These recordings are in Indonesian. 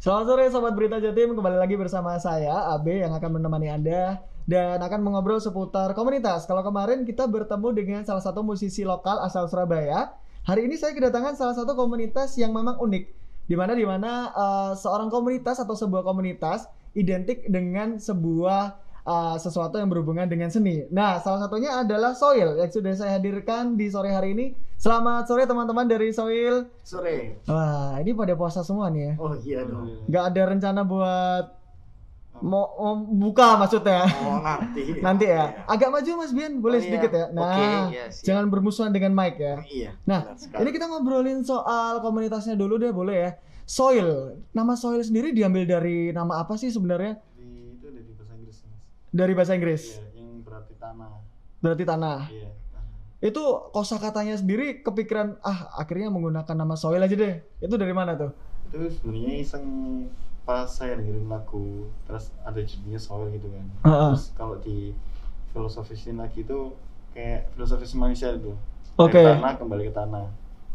Selamat sore Sobat Berita Jatim, kembali lagi bersama saya Abe yang akan menemani Anda dan akan mengobrol seputar komunitas. Kalau kemarin kita bertemu dengan salah satu musisi lokal asal Surabaya, hari ini saya kedatangan salah satu komunitas yang memang unik, di mana seorang komunitas atau sebuah komunitas identik dengan sebuah sesuatu yang berhubungan dengan seni. Nah, salah satunya adalah Soil yang sudah saya hadirkan di sore hari ini. Selamat sore teman-teman dari Soil. Sore. Wah, ini pada puasa semua nih ya. Oh iya dong. Nggak ada rencana buat mau buka maksudnya. Oh nanti. Nanti ya. Agak maju Mas Bian, boleh Oh, iya. sedikit ya. Nah, Oke, iya, siap. jangan bermusuhan dengan mic ya. Iya. Nah, benar sekali. ini kita ngobrolin soal komunitasnya dulu deh, boleh ya. Soil. Nama Soil sendiri diambil dari nama apa sih sebenarnya? Itu dari bahasa Inggris, Mas. Dari bahasa Inggris. Iya, yang berarti tanah. Berarti tanah. Iya, tanah. Itu kosakatanya sendiri kepikiran akhirnya menggunakan nama Soil aja deh. Itu dari mana tuh? Itu sebenarnya iseng pas saya dengerin lagu, terus ada judulnya Soil gitu kan. Heeh. Terus kalau di filosofisin lagi itu kayak filosofis manusia itu. Oke. Dari tanah kembali ke tanah.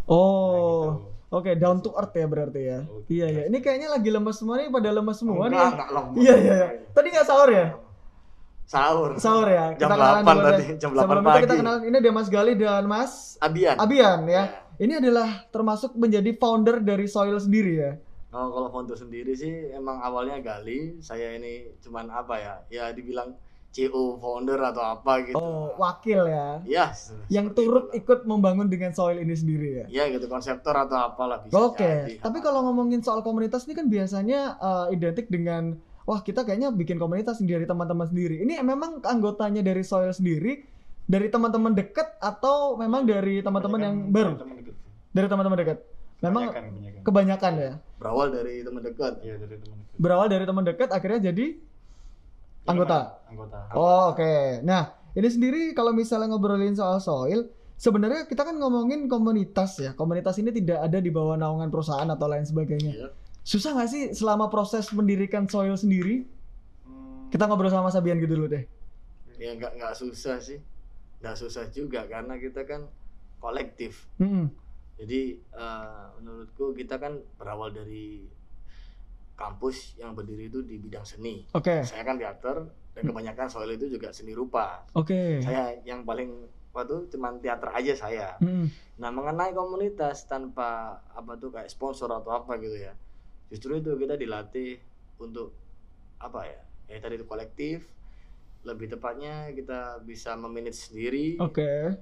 Oh. Nah, Oke, down to earth ya berarti ya. Oh, Iya ya. Ini kayaknya lagi lemes semua nih, pada lemes semua nih. Enggak lemes. Iya iya. Tadi nggak sahur ya? Sahur. Sahur ya. Jam kenalan 8 dulu tadi, deh. jam 8 Sebelum itu pagi. kita kenalan, ini ada Mas Gali dan Mas Abian. Abian ya. Ini adalah termasuk menjadi founder dari Soil sendiri ya. Oh, kalau founder sendiri sih emang awalnya Gali. Saya ini cuman apa ya? Ya dibilang CEO founder atau apa gitu. Oh, wakil ya. Iya. Yang seperti turut itulah. ikut membangun dengan Soil ini sendiri ya. Iya gitu, konseptor atau apalah bisa Oke, jadi. tapi kalau ngomongin soal komunitas ini kan biasanya identik dengan wah kita kayaknya bikin komunitas dari teman-teman sendiri. Ini memang anggotanya dari Soil sendiri, dari teman-teman dekat atau memang dari teman-teman yang baru? Teman dekat. Dari teman-teman dekat. Memang kebanyakan ya. Berawal dari teman dekat. Iya, dari teman dekat. Berawal dari teman dekat akhirnya jadi anggota. Anggota. Oh, oke. Nah, ini sendiri kalau misalnya ngobrolin soal Soil, sebenarnya kita kan ngomongin komunitas ya. Komunitas ini tidak ada di bawah naungan perusahaan atau lain sebagainya. Iya. Susah nggak sih selama proses mendirikan Soil sendiri? Kita ngobrol sama Mas Abian gitu dulu deh. Ya nggak susah sih, nggak susah juga karena kita kan kolektif. Mm-mm. Jadi menurutku kita kan berawal dari kampus yang berdiri itu di bidang seni. Oke. Saya kan teater dan kebanyakan Soil itu juga seni rupa. Oke. Saya yang paling waktu cuman teater aja saya. Mm-mm. Nah mengenai komunitas tanpa apa tuh kayak sponsor atau apa gitu ya, justru itu kita dilatih untuk apa ya? Ya tadi itu kolektif. Lebih tepatnya kita bisa memanage sendiri. Oke.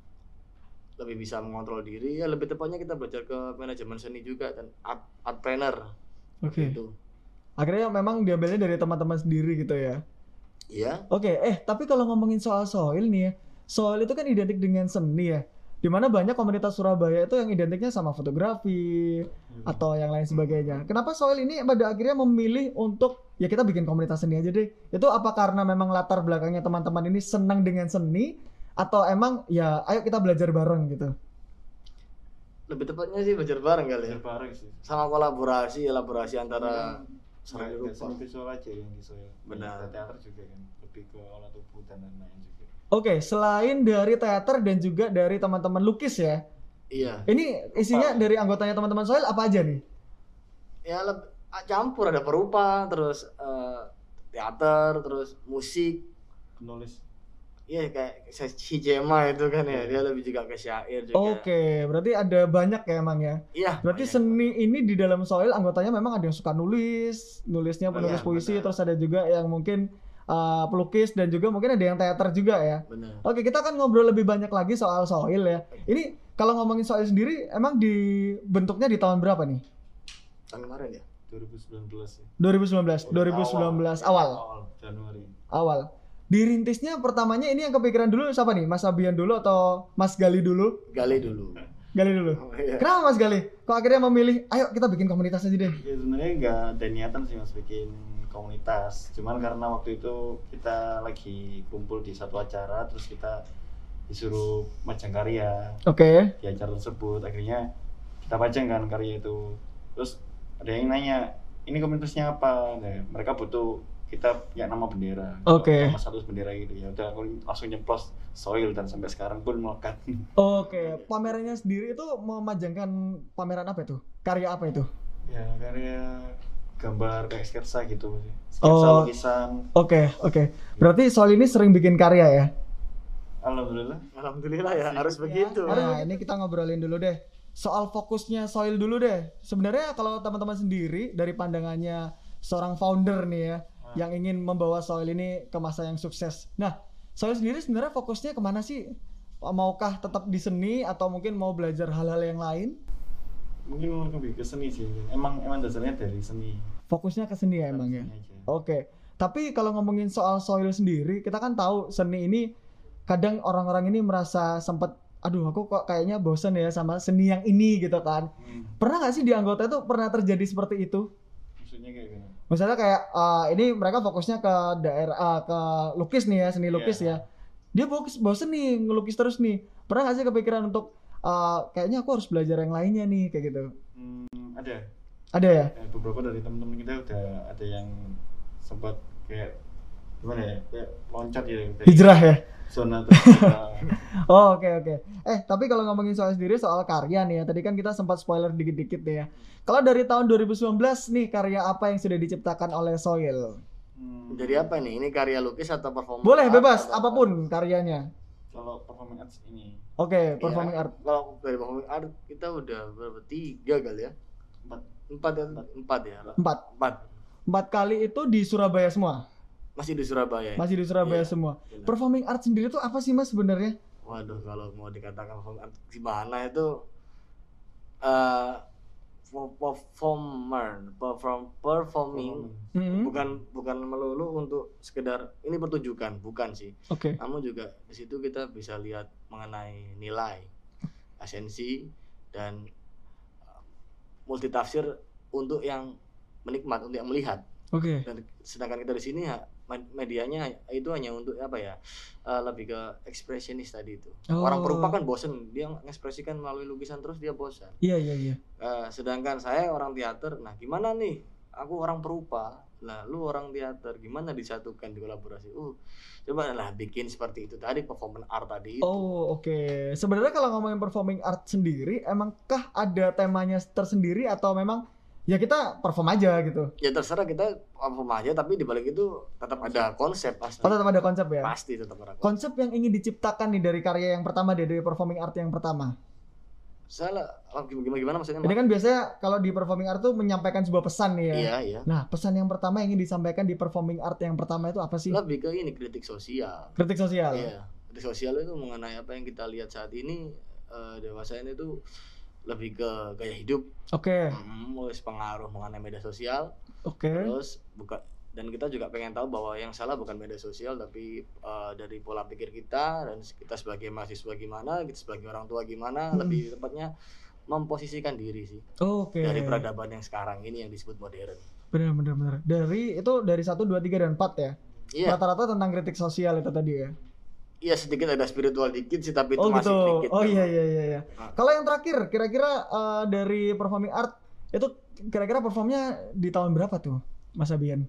Lebih bisa mengontrol diri ya, lebih tepatnya kita belajar ke manajemen seni juga dan art planner. Oke. Itu Akhirnya memang diambilnya dari teman-teman sendiri gitu ya. iya. Oke, tapi kalau ngomongin soal Soil nih ya, Soil itu kan identik dengan seni ya. Dimana banyak komunitas Surabaya itu yang identiknya sama fotografi atau yang lain sebagainya. Kenapa Soil ini pada akhirnya memilih untuk ya kita bikin komunitas seni aja deh? Itu apa karena memang latar belakangnya teman-teman ini senang dengan seni atau emang ya ayo kita belajar bareng gitu? Lebih tepatnya sih belajar bareng kali ya. Belajar bareng sih. Sama kolaborasi antara seni Seni rupa. seni visual aja yang di Soil. Benar. Kita teater juga kan, lebih ke olah tubuh dan lain-lain juga. Oke, selain dari teater dan juga dari teman-teman lukis ya. Iya. Ini isinya dari anggotanya teman-teman Soil apa aja nih? Ya campur, ada perupa, terus teater, terus musik. Penulis. Iya kayak si Jema itu kan ya, dia lebih juga ke syair juga. Oke, berarti ada banyak ya emang ya. Iya. Berarti banyak. seni ini di dalam Soil anggotanya memang ada yang suka nulisnya penulis Iya, puisi, benar. terus ada juga yang mungkin pelukis dan juga mungkin ada yang teater juga ya. Benar. Oke, kita akan ngobrol lebih banyak lagi soal Soil ya. Ini kalau ngomongin Soil sendiri emang dibentuknya di tahun berapa nih? Tahun kemarin ya. 2019 ya. 2019 awal. Januari. Awal. Dirintisnya pertamanya ini yang kepikiran dulu siapa nih? Mas Abian dulu atau Mas Gali dulu? Gali dulu. Gali dulu. Oh, iya. Kenapa Mas Gali? Kok akhirnya memilih ayo kita bikin komunitas aja deh? Ya sebenarnya nggak ada niatan sih Mas bikin komunitas. Cuman karena waktu itu kita lagi kumpul di satu acara, terus kita disuruh majang karya Oke. di acara tersebut. Akhirnya kita pajang kan karya itu. Terus ada yang nanya, ini komunitasnya apa? Nah, mereka butuh kita punya nama bendera. Oke. Nama status bendera gitu ya. Udah aku langsung nyemplos Soil dan sampai sekarang pun melekat. Oke, pamerannya sendiri itu memajangkan pameran apa itu? Karya apa itu? Ya karya gambar kayak sketsa gitu sih. Sketsa Oh. lukisan. Oke. Berarti Soil ini sering bikin karya ya? Alhamdulillah. Alhamdulillah ya, harus begitu. Nah, ini kita ngobrolin dulu deh. Soal fokusnya Soil dulu deh. Sebenarnya kalau teman-teman sendiri dari pandangannya seorang founder nih ya, yang ingin membawa Soil ini ke masa yang sukses. Nah, Soil sendiri sebenarnya fokusnya kemana sih? Maukah tetap di seni atau mungkin mau belajar hal-hal yang lain? Mungkin lebih ke seni sih. Emang dasarnya dari seni. Fokusnya ke seni ya emang ya? Seni aja. Oke. Tapi kalau ngomongin soal Soil sendiri, kita kan tahu seni ini kadang orang-orang ini merasa sempat, aduh aku kok kayaknya bosan ya sama seni yang ini gitu kan. Pernah nggak sih di anggota itu pernah terjadi seperti itu? Maksudnya kayak gimana? Misalnya kayak ini mereka fokusnya ke daerah ke lukis nih ya, seni lukis ya. Dia bosen nih ngelukis terus nih. Pernah nggak sih kepikiran untuk kayaknya aku harus belajar yang lainnya nih kayak gitu? Ada. Ada ya? Beberapa dari teman-teman kita udah ada yang sempat kayak gimana ya? Kayak loncat gitu. Dari Hijrah ya? zona terbuka. Oh, oke. Tapi kalau ngomongin soal sendiri soal karya nih ya, tadi kan kita sempat spoiler dikit-dikit deh ya. Kalau dari tahun 2019 nih karya apa yang sudah diciptakan oleh Soil? Jadi apa nih? Ini karya lukis atau performance? Boleh art bebas atau apapun karyanya. Kalau performing arts ini Oke, Iya, performing art. Kalau dari performing art kita udah berapa? 3 kali ya? 4 ya? 4 kali itu di Surabaya semua. Masih di Surabaya. Masih di Surabaya Iya, semua. benar. Performing art sendiri tuh apa sih Mas sebenarnya? Waduh, kalau mau dikatakan performing art gimana itu performing Hmm. bukan melulu untuk sekedar ini pertunjukan, bukan sih. Oke. Namun juga di situ kita bisa lihat mengenai nilai, esensi dan multitafsir untuk yang menikmat, untuk yang melihat. Oke. Dan sedangkan kita di sini ya medianya itu hanya untuk apa ya, lebih ke ekspresionis tadi itu. Oh. Orang perupa kan bosen, dia mengekspresikan melalui lukisan terus dia bosan. Iya. Sedangkan saya orang teater, nah gimana nih, aku orang perupa, nah lu orang teater, gimana disatukan, dikolaborasi. Coba lah bikin seperti itu tadi, performance art tadi itu. Oh, oke. Sebenarnya kalau ngomongin performing art sendiri, emangkah ada temanya tersendiri atau memang ya kita perform aja gitu? Ya terserah kita perform aja, tapi dibalik itu tetap ada konsep pasti. Oh, tetap ada konsep ya? Pasti tetap ada konsep. Konsep yang ingin diciptakan nih dari karya yang pertama deh, dari performing art yang pertama. Gimana maksudnya? Ini kan biasanya kalau di performing art tuh menyampaikan sebuah pesan nih ya. Iya. Nah, pesan yang pertama yang ingin disampaikan di performing art yang pertama itu apa sih? Lebih ke ini kritik sosial. Kritik sosial. Iya. Kritik sosial itu mengenai apa yang kita lihat saat ini, dewasa ini tuh lebih ke gaya hidup. Oke. Mulai pengaruh mengenai media sosial. Oke. Terus dan kita juga pengen tahu bahwa yang salah bukan media sosial tapi dari pola pikir kita, dan kita sebagai mahasiswa gimana, kita sebagai orang tua gimana, lebih tepatnya memposisikan diri sih Oke. dari peradaban yang sekarang ini yang disebut modern. Benar. Dari 1, 2, 3 dan 4 ya. Iya. Rata-rata tentang kritik sosial itu tadi ya. Iya, sedikit ada spiritual dikit sih, tapi itu Oh masih gitu. dikit. Oh iya. Nah. Kalau yang terakhir, kira-kira dari performing art itu kira-kira performnya di tahun berapa tuh, Mas Abian?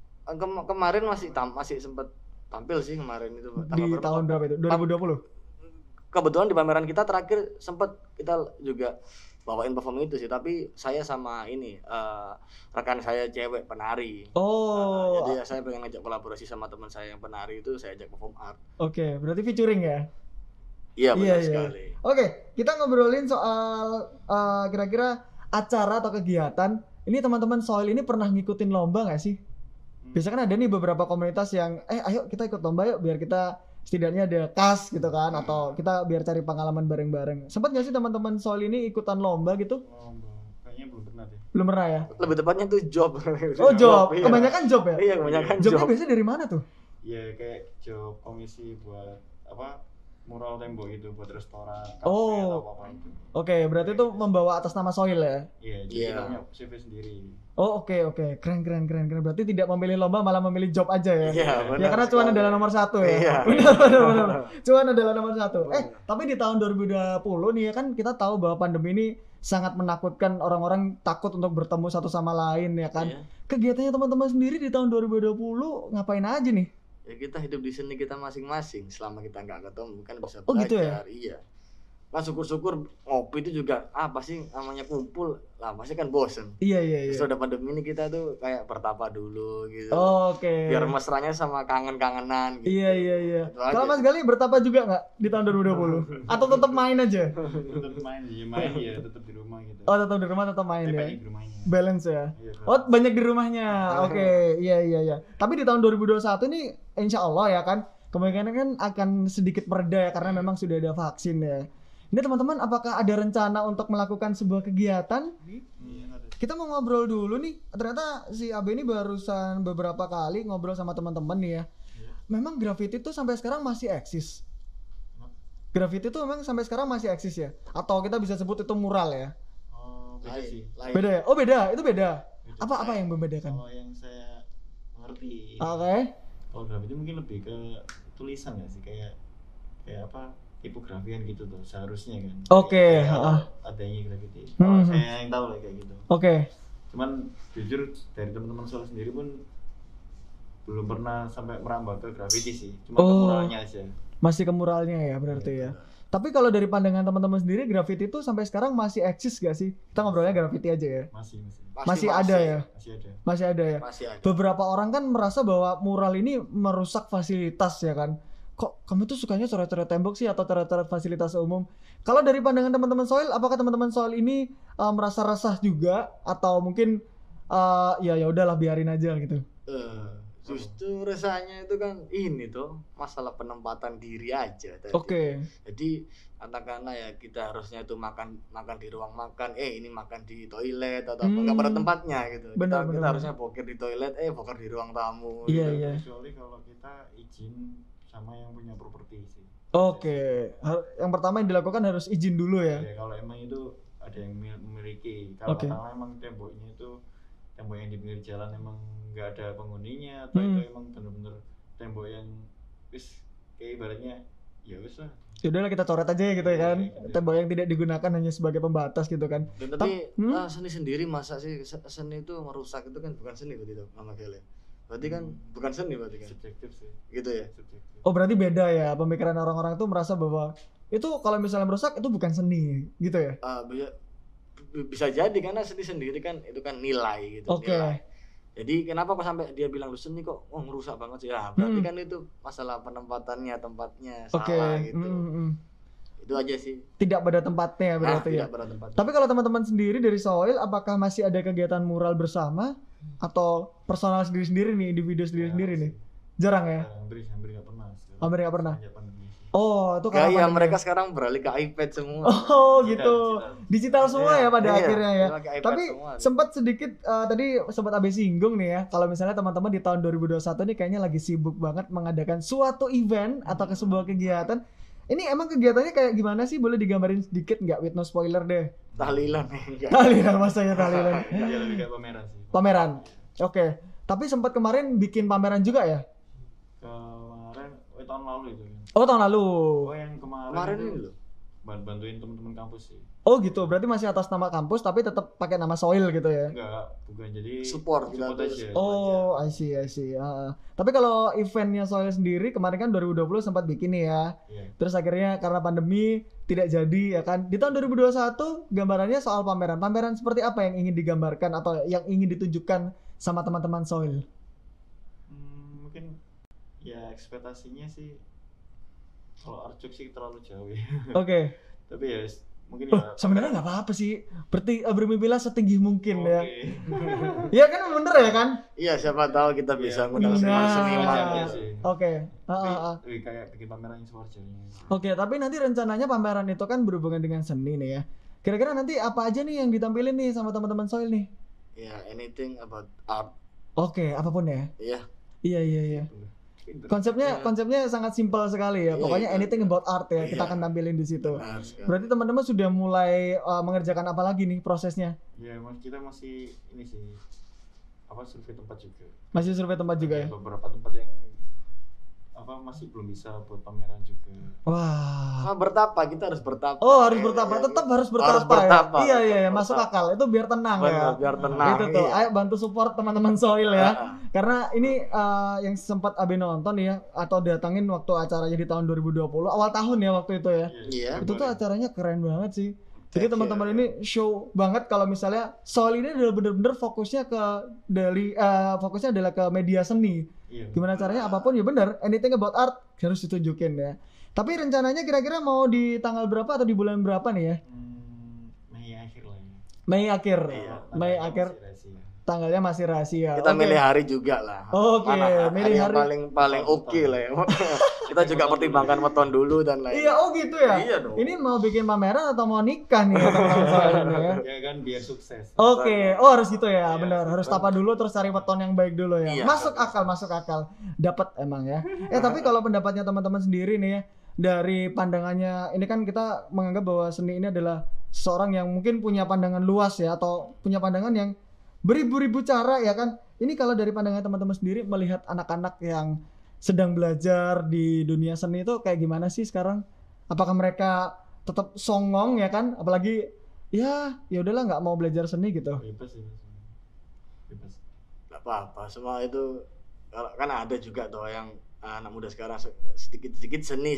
Kemarin masih sempat tampil sih kemarin itu. Di tahun berapa itu? 2020? Kebetulan di pameran kita terakhir sempat kita juga bawain perform itu sih, tapi saya sama ini rekan saya cewek penari. Oh. Jadi saya pengen ngajak kolaborasi sama teman saya yang penari itu, saya ajak perform art. Oke, berarti featuring ya? Iya, benar Iya. sekali. Oke, kita ngobrolin soal kira-kira acara atau kegiatan. Ini teman-teman Soil ini pernah ngikutin lomba nggak sih? Biasanya kan ada nih beberapa komunitas yang ayo kita ikut lomba yuk biar kita setidaknya ada kas gitu kan, atau kita biar cari pengalaman bareng-bareng. Sempat nggak sih teman-teman Soil ini ikutan lomba gitu? Kayaknya belum pernah deh. Belum pernah ya? Lebih tepatnya itu job. Oh job, Iya. kebanyakan job ya? Iya, kebanyakan Jobnya job. biasanya dari mana tuh? Ya kayak job komisi buat apa, mural tembok gitu buat restoran, kafe Oh. atau apa itu. Oke, berarti itu membawa atas nama Soil ya? Iya, jadi Iya. kita punya CV sendiri. Oh oke, keren. Berarti tidak memilih lomba, malah memilih job aja ya? Iya, Ya benar. karena cuan sekali. adalah nomor 1 ya. Iya. Benar. Cuan adalah nomor 1. Benar. Tapi di tahun 2020 nih ya kan kita tahu bahwa pandemi ini sangat menakutkan, orang-orang takut untuk bertemu satu sama lain ya kan. Iya. Kegiatannya teman-teman sendiri di tahun 2020 ngapain aja nih? Ya kita hidup di seni kita masing-masing, selama kita nggak ketemu kan bisa belajar. Oh, gitu ya? Iya. kan syukur-syukur ngopi itu juga apa sih namanya kumpul lah pasti kan bosen. Iya. Terus udah pandemi ini kita tuh kayak bertapa dulu gitu. Oke. Biar mesranya sama kangen-kangenan gitu. Iya. Itu Kalau aja Mas Gali bertapa juga nggak di tahun 2020? Atau tetap main aja? Tetap main ya tetap di rumah gitu. Oh, tetap di rumah, tetap main ya. TPI di rumahnya. Balance ya. Iya, Oh, banyak di rumahnya. Oke, iya. Tapi di tahun 2021 ini insya Allah ya kan, kemungkinan kan akan sedikit mereda ya karena memang sudah ada vaksin ya. Ini teman-teman, apakah ada rencana untuk melakukan sebuah kegiatan? Ada. Kita mau ngobrol dulu nih. Ternyata si Abe ini barusan beberapa kali ngobrol sama teman-teman nih ya. Memang graffiti tuh sampai sekarang masih eksis. Graffiti tuh memang sampai sekarang masih eksis ya? Atau kita bisa sebut itu mural ya? Oh, beda sih. lain. Beda ya? Oh beda, itu beda. Beda. Apa yang membedakan? Kalau yang saya ngerti, Oke. kalau graffiti mungkin lebih ke tulisan ya sih, kayak apa tipografian gitu tuh seharusnya kan. Oke, Kayak adanya graffiti. Kalau saya yang tahu lah kayak gitu. Oke. Cuman jujur dari teman-teman soal sendiri pun belum pernah sampai merambah ke graffiti sih, cuma ke muralnya aja. Masih ke muralnya ya berarti ya. Tapi kalau dari pandangan teman-teman sendiri, graffiti itu sampai sekarang masih eksis gak sih? Kita ngobrolnya graffiti aja ya. Masih ada ya? Masih ada ya? Masih ada. Beberapa orang kan merasa bahwa mural ini merusak fasilitas ya kan? Kok kamu tuh sukanya coret-coret tembok sih atau coret-coret fasilitas umum? Kalau dari pandangan teman-teman Soil, apakah teman-teman Soil ini merasa resah juga atau mungkin ya udahlah biarin aja gitu? Justru resahnya itu kan ini tuh masalah penempatan diri aja tadi. Oke. Jadi katakanlah ya kita harusnya itu makan di ruang makan, ini makan di toilet atau apa nggak pada tempatnya gitu. Benar. Kita harusnya boker di toilet, boker di ruang tamu. Iya. Kecuali kalau kita izin sama yang punya properti sih. Oke. Yang pertama yang dilakukan harus izin dulu ya. Ya kalau emang itu ada yang memiliki. Kalau katakanlah emang temboknya itu tembok yang di pinggir jalan emang nggak ada penghuninya atau itu emang bener-bener tembok yang wis kayak ibaratnya ya wis lah. Yaudahlah kita coret aja gitu ya kan. Tembok yang tidak digunakan hanya sebagai pembatas gitu kan. Dan tapi seni sendiri masa sih seni itu merusak itu kan bukan seni begitu Mama Gele. Berarti kan bukan seni berarti kan. Subjektif sih. Gitu ya. Subjektif. Oh berarti beda ya pemikiran orang-orang tuh merasa bahwa itu kalau misalnya merusak itu bukan seni gitu ya. Bisa jadi karena seni sendiri kan itu kan nilai gitu. Oke. Nilai. Jadi kenapa kok sampai dia bilang lu seni kok ngerusak banget sih ya berarti kan itu masalah penempatannya tempatnya salah gitu. Itu aja sih. Tidak pada tempatnya berarti ya. Tidak pada tempatnya. Tapi kalau teman-teman sendiri dari Soil apakah masih ada kegiatan mural bersama atau personal sendiri-sendiri nih, individu sendiri-sendiri nih? Jarang ya? Hampir nggak pernah. Hampir nggak pernah. Oh, itu karena mereka sekarang beralih ke iPad semua. Oh, gitu. Digital semua ya pada akhirnya ya. Tapi sempat sedikit tadi sempat Abe singgung nih ya. Kalau misalnya teman-teman di tahun 2021 nih kayaknya lagi sibuk banget mengadakan suatu event atau ke sebuah kegiatan. Ini emang kegiatannya kayak gimana sih? Boleh digambarin sedikit nggak? With no spoiler deh. Tahlilan. Tahlilan, masanya tahlilan. Iya, lebih kayak pameran sih. Pameran. Oke. Tapi sempat kemarin bikin pameran juga ya? Kemarin tahun lalu itu. Oh, tahun lalu. Oh, yang kemarin ini loh. Bantuin teman-teman kampus sih. Oh gitu, berarti masih atas nama kampus tapi tetap pakai nama Soil gitu ya? Enggak, bukan, jadi support aja. Oh, I see. Tapi kalau eventnya Soil sendiri kemarin kan 2020 sempat bikin nih ya. Terus akhirnya karena pandemi tidak jadi ya kan. Di tahun 2021 gambarannya soal pameran. Pameran seperti apa yang ingin digambarkan atau yang ingin ditunjukkan sama teman-teman Soil? Mungkin ya ekspektasinya sih kalau Arcuk sih terlalu jauh ya. Oke. Tapi ya mungkin ya sebenarnya nggak apa-apa sih. Bermimpilah setinggi mungkin ya. Iya kan bener ya kan? Iya, siapa tahu kita bisa ngundang seniman. Oke. Lebih kayak bikin pameran yang sewajarnya. Oke, tapi nanti rencananya pameran itu kan berhubungan dengan seni nih ya. Kira-kira nanti apa aja nih yang ditampilin nih sama teman-teman Soil nih? Ya, anything about art. Oke, apapun ya. Iya. Iya. Konsepnya sangat simpel sekali ya. Pokoknya anything about art ya kita akan tampilin di situ. Berarti teman-teman sudah mulai mengerjakan apa lagi nih prosesnya? Ya, kita masih ini sih survei tempat juga. Masih survei tempat juga ya. Beberapa tempat yang masih belum bisa buat pameran juga. Wah. Sama bertapa, kita harus bertapa. Oh, harus bertapa. Tetap harus bertapa. bertapa. Ya? Iya, Tetap masuk bertapa. akal. Itu biar tenang ya. Benar, biar tenang. Itu tuh. Iya. Ayo bantu support teman-teman Soil ya. Ah. Karena ini yang sempat Abe nonton ya atau datangin waktu acaranya di tahun 2020, awal tahun ya waktu itu ya. Iya. Itu tuh acaranya keren banget sih. Jadi Thank teman-teman you. ini show banget kalau misalnya Soil ini adalah bener-bener fokusnya fokusnya adalah ke media seni. Iya. Gimana caranya apapun ya bener, anything about art harus ditunjukin ya. Tapi rencananya kira-kira mau di tanggal berapa atau di bulan berapa nih ya? Mei akhir lah ya. Mei akhir. Iya, Mei Tanggalnya akhir. masih rahasia. Tanggalnya masih rahasia. Kita Oke. milih hari juga lah. Oke, Mana milih yang hari. paling oke lah ya. Kita juga pertimbangkan weton dulu dan lain. Iya, oh gitu ya. Iya dong. Ini mau bikin pameran atau mau nikah nih ya teman-teman Soil ini ya? Ya kan biar sukses. Oke, oh harus gitu ya, Iya, benar. Harus tapa dulu terus cari weton yang baik dulu ya. Iya, Masuk harus. akal. Dapat emang ya. Tapi kalau pendapatnya teman-teman sendiri nih ya, dari pandangannya ini kan kita menganggap bahwa seni ini adalah seorang yang mungkin punya pandangan luas ya atau punya pandangan yang beribu-ribu cara ya kan. Ini kalau dari pandangan teman-teman sendiri melihat anak-anak yang sedang belajar di dunia seni itu kayak gimana sih sekarang? Apakah mereka tetap songong ya kan? Apalagi ya udahlah nggak mau belajar seni gitu. Bebas sih. Bebas. Gak apa-apa, semua itu kan ada juga tuh yang anak muda sekarang sedikit-sedikit seni.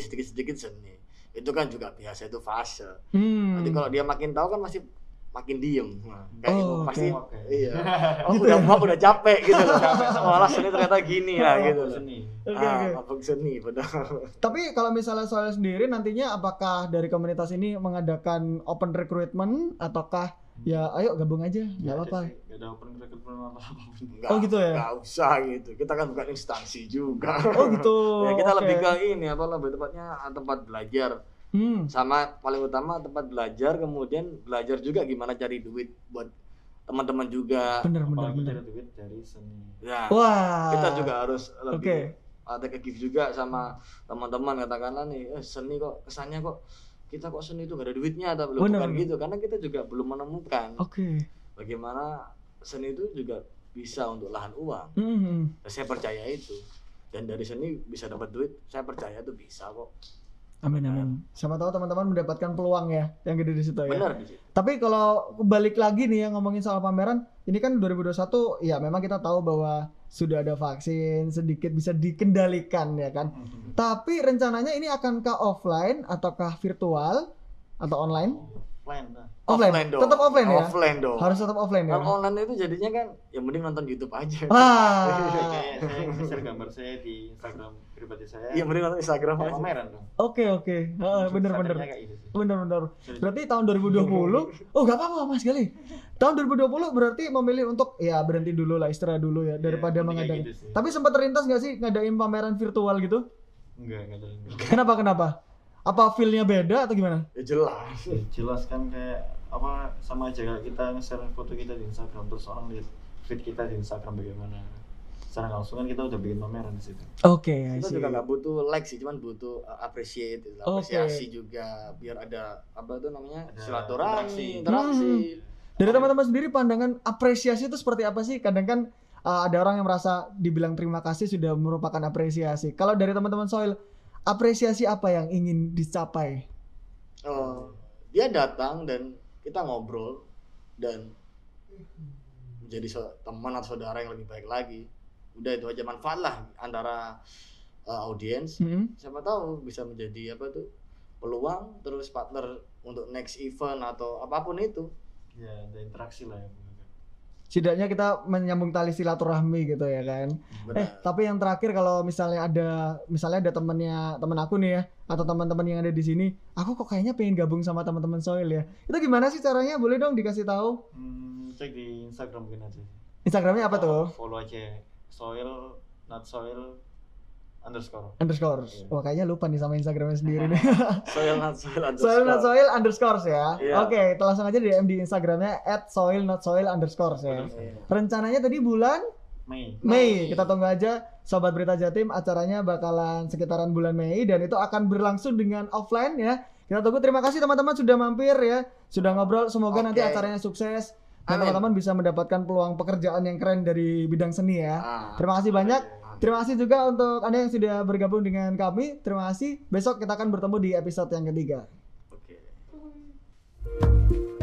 Itu kan juga biasa, itu fase. Nanti kalau dia makin tahu kan masih makin diem. Nah, kayak itu Oh, pasti oke. iya. Oh, udah muak, udah capek gitu loh. Malah seni ternyata gini lah gitu loh. Seni. Oke. Mabuk seni padahal. Tapi kalau misalnya Soil sendiri nantinya apakah dari komunitas ini mengadakan open recruitment ataukah ya ayo gabung aja nggak apa-apa. Gak ada open recruitment apapun. Enggak, Oh, gitu ya? Enggak usah gitu. Kita kan bukan instansi juga. Oh gitu. Ya, kita Oke. lebih ke ini apa lebih tepatnya tempat belajar. Sama paling utama tempat belajar, kemudian belajar juga gimana cari duit buat teman-teman juga. Bener. Apalagi cari duit dari seni. Ya, Wah. kita juga harus Oke. lebih ada ke gift juga sama teman-teman, katakanlah nih seni kok kesannya kok kita kok seni itu gak ada duitnya atau belum, Bener, bukan bener. gitu, karena kita juga belum menemukan Oke. bagaimana seni itu juga bisa untuk lahan uang. Dan saya percaya itu, dan dari seni bisa dapat duit, saya percaya itu bisa kok. Amin. Siapa tahu teman-teman mendapatkan peluang ya yang gede di situ ya. Benar di situ. Tapi kalau balik lagi nih ya ngomongin soal pameran, ini kan 2021 ya memang kita tahu bahwa sudah ada vaksin, sedikit bisa dikendalikan ya kan. Tapi rencananya ini akankah offline ataukah virtual atau online? Offline lah. Offline. dong. Tetap offline ya? Offline dong. Harus tetap offline ya. Kalau online itu jadinya kan ya mending nonton YouTube aja. Wah. Kayak saya nge-share gambar saya di Instagram pribadi saya. Iya, mending nonton Instagram Kayak aja. pameran dong. Oke. Bener. Standarnya kayak gitu sih. Bener. Berarti tahun 2020, oh gak apa-apa Mas Gali. Tahun 2020 berarti memilih untuk ya berhenti dulu lah, istirahat dulu ya daripada mending kayak mengadakan. gitu sih. Tapi sempat terlintas gak sih ngadain pameran virtual gitu? Enggak ada. Kenapa? Apa feel-nya beda atau gimana? Ya jelas. Jelas kan kayak apa sama aja kayak kita nge-share foto kita di Instagram terus orang lihat feed kita di Instagram bagaimana. Secara langsung kan kita udah bikin pameran di situ. Oke, I Kita see. juga nggak butuh like sih, cuman butuh apresiasi juga biar ada apa tuh namanya Ada silaturahmi, interaksi. Dari teman-teman sendiri pandangan apresiasi itu seperti apa sih? Kadang kan ada orang yang merasa dibilang terima kasih sudah merupakan apresiasi. Kalau dari teman-teman Soil, apresiasi apa yang ingin dicapai? Dia datang dan kita ngobrol dan menjadi teman atau saudara yang lebih baik lagi. Udah itu aja, manfaat lah antara audiens. Siapa tahu bisa menjadi apa tuh peluang, terus partner untuk next event atau apapun itu. Ya ada interaksi lah ya. Setidaknya kita menyambung tali silaturahmi gitu ya kan. Benar. Tapi yang terakhir kalau misalnya ada teman aku nih ya atau teman-teman yang ada di sini, aku kok kayaknya pengen gabung sama teman-teman Soil ya. Itu gimana sih caranya? Boleh dong dikasih tahu? Cek di Instagram mungkin aja. Instagramnya apa tuh? Follow aja soil not soil underscore. _. Wah kayaknya lupa nih sama Instagramnya sendiri nih. Soil not soil Soil not soil underscore ya. Iya. Oke, kita langsung aja DM di Instagramnya @soil_not_soil_ ya. Rencananya tadi bulan Mei. Kita tunggu aja Sobat Berita Jatim, acaranya bakalan sekitaran bulan Mei dan itu akan berlangsung dengan offline ya. Kita tunggu. Terima kasih teman-teman sudah mampir ya, sudah ngobrol. Semoga nanti acaranya sukses dan Amin. teman-teman bisa mendapatkan peluang pekerjaan yang keren dari bidang seni ya. Terima kasih banyak. Terima kasih juga untuk Anda yang sudah bergabung dengan kami. Terima kasih. Besok kita akan bertemu di episode yang ketiga. Oke.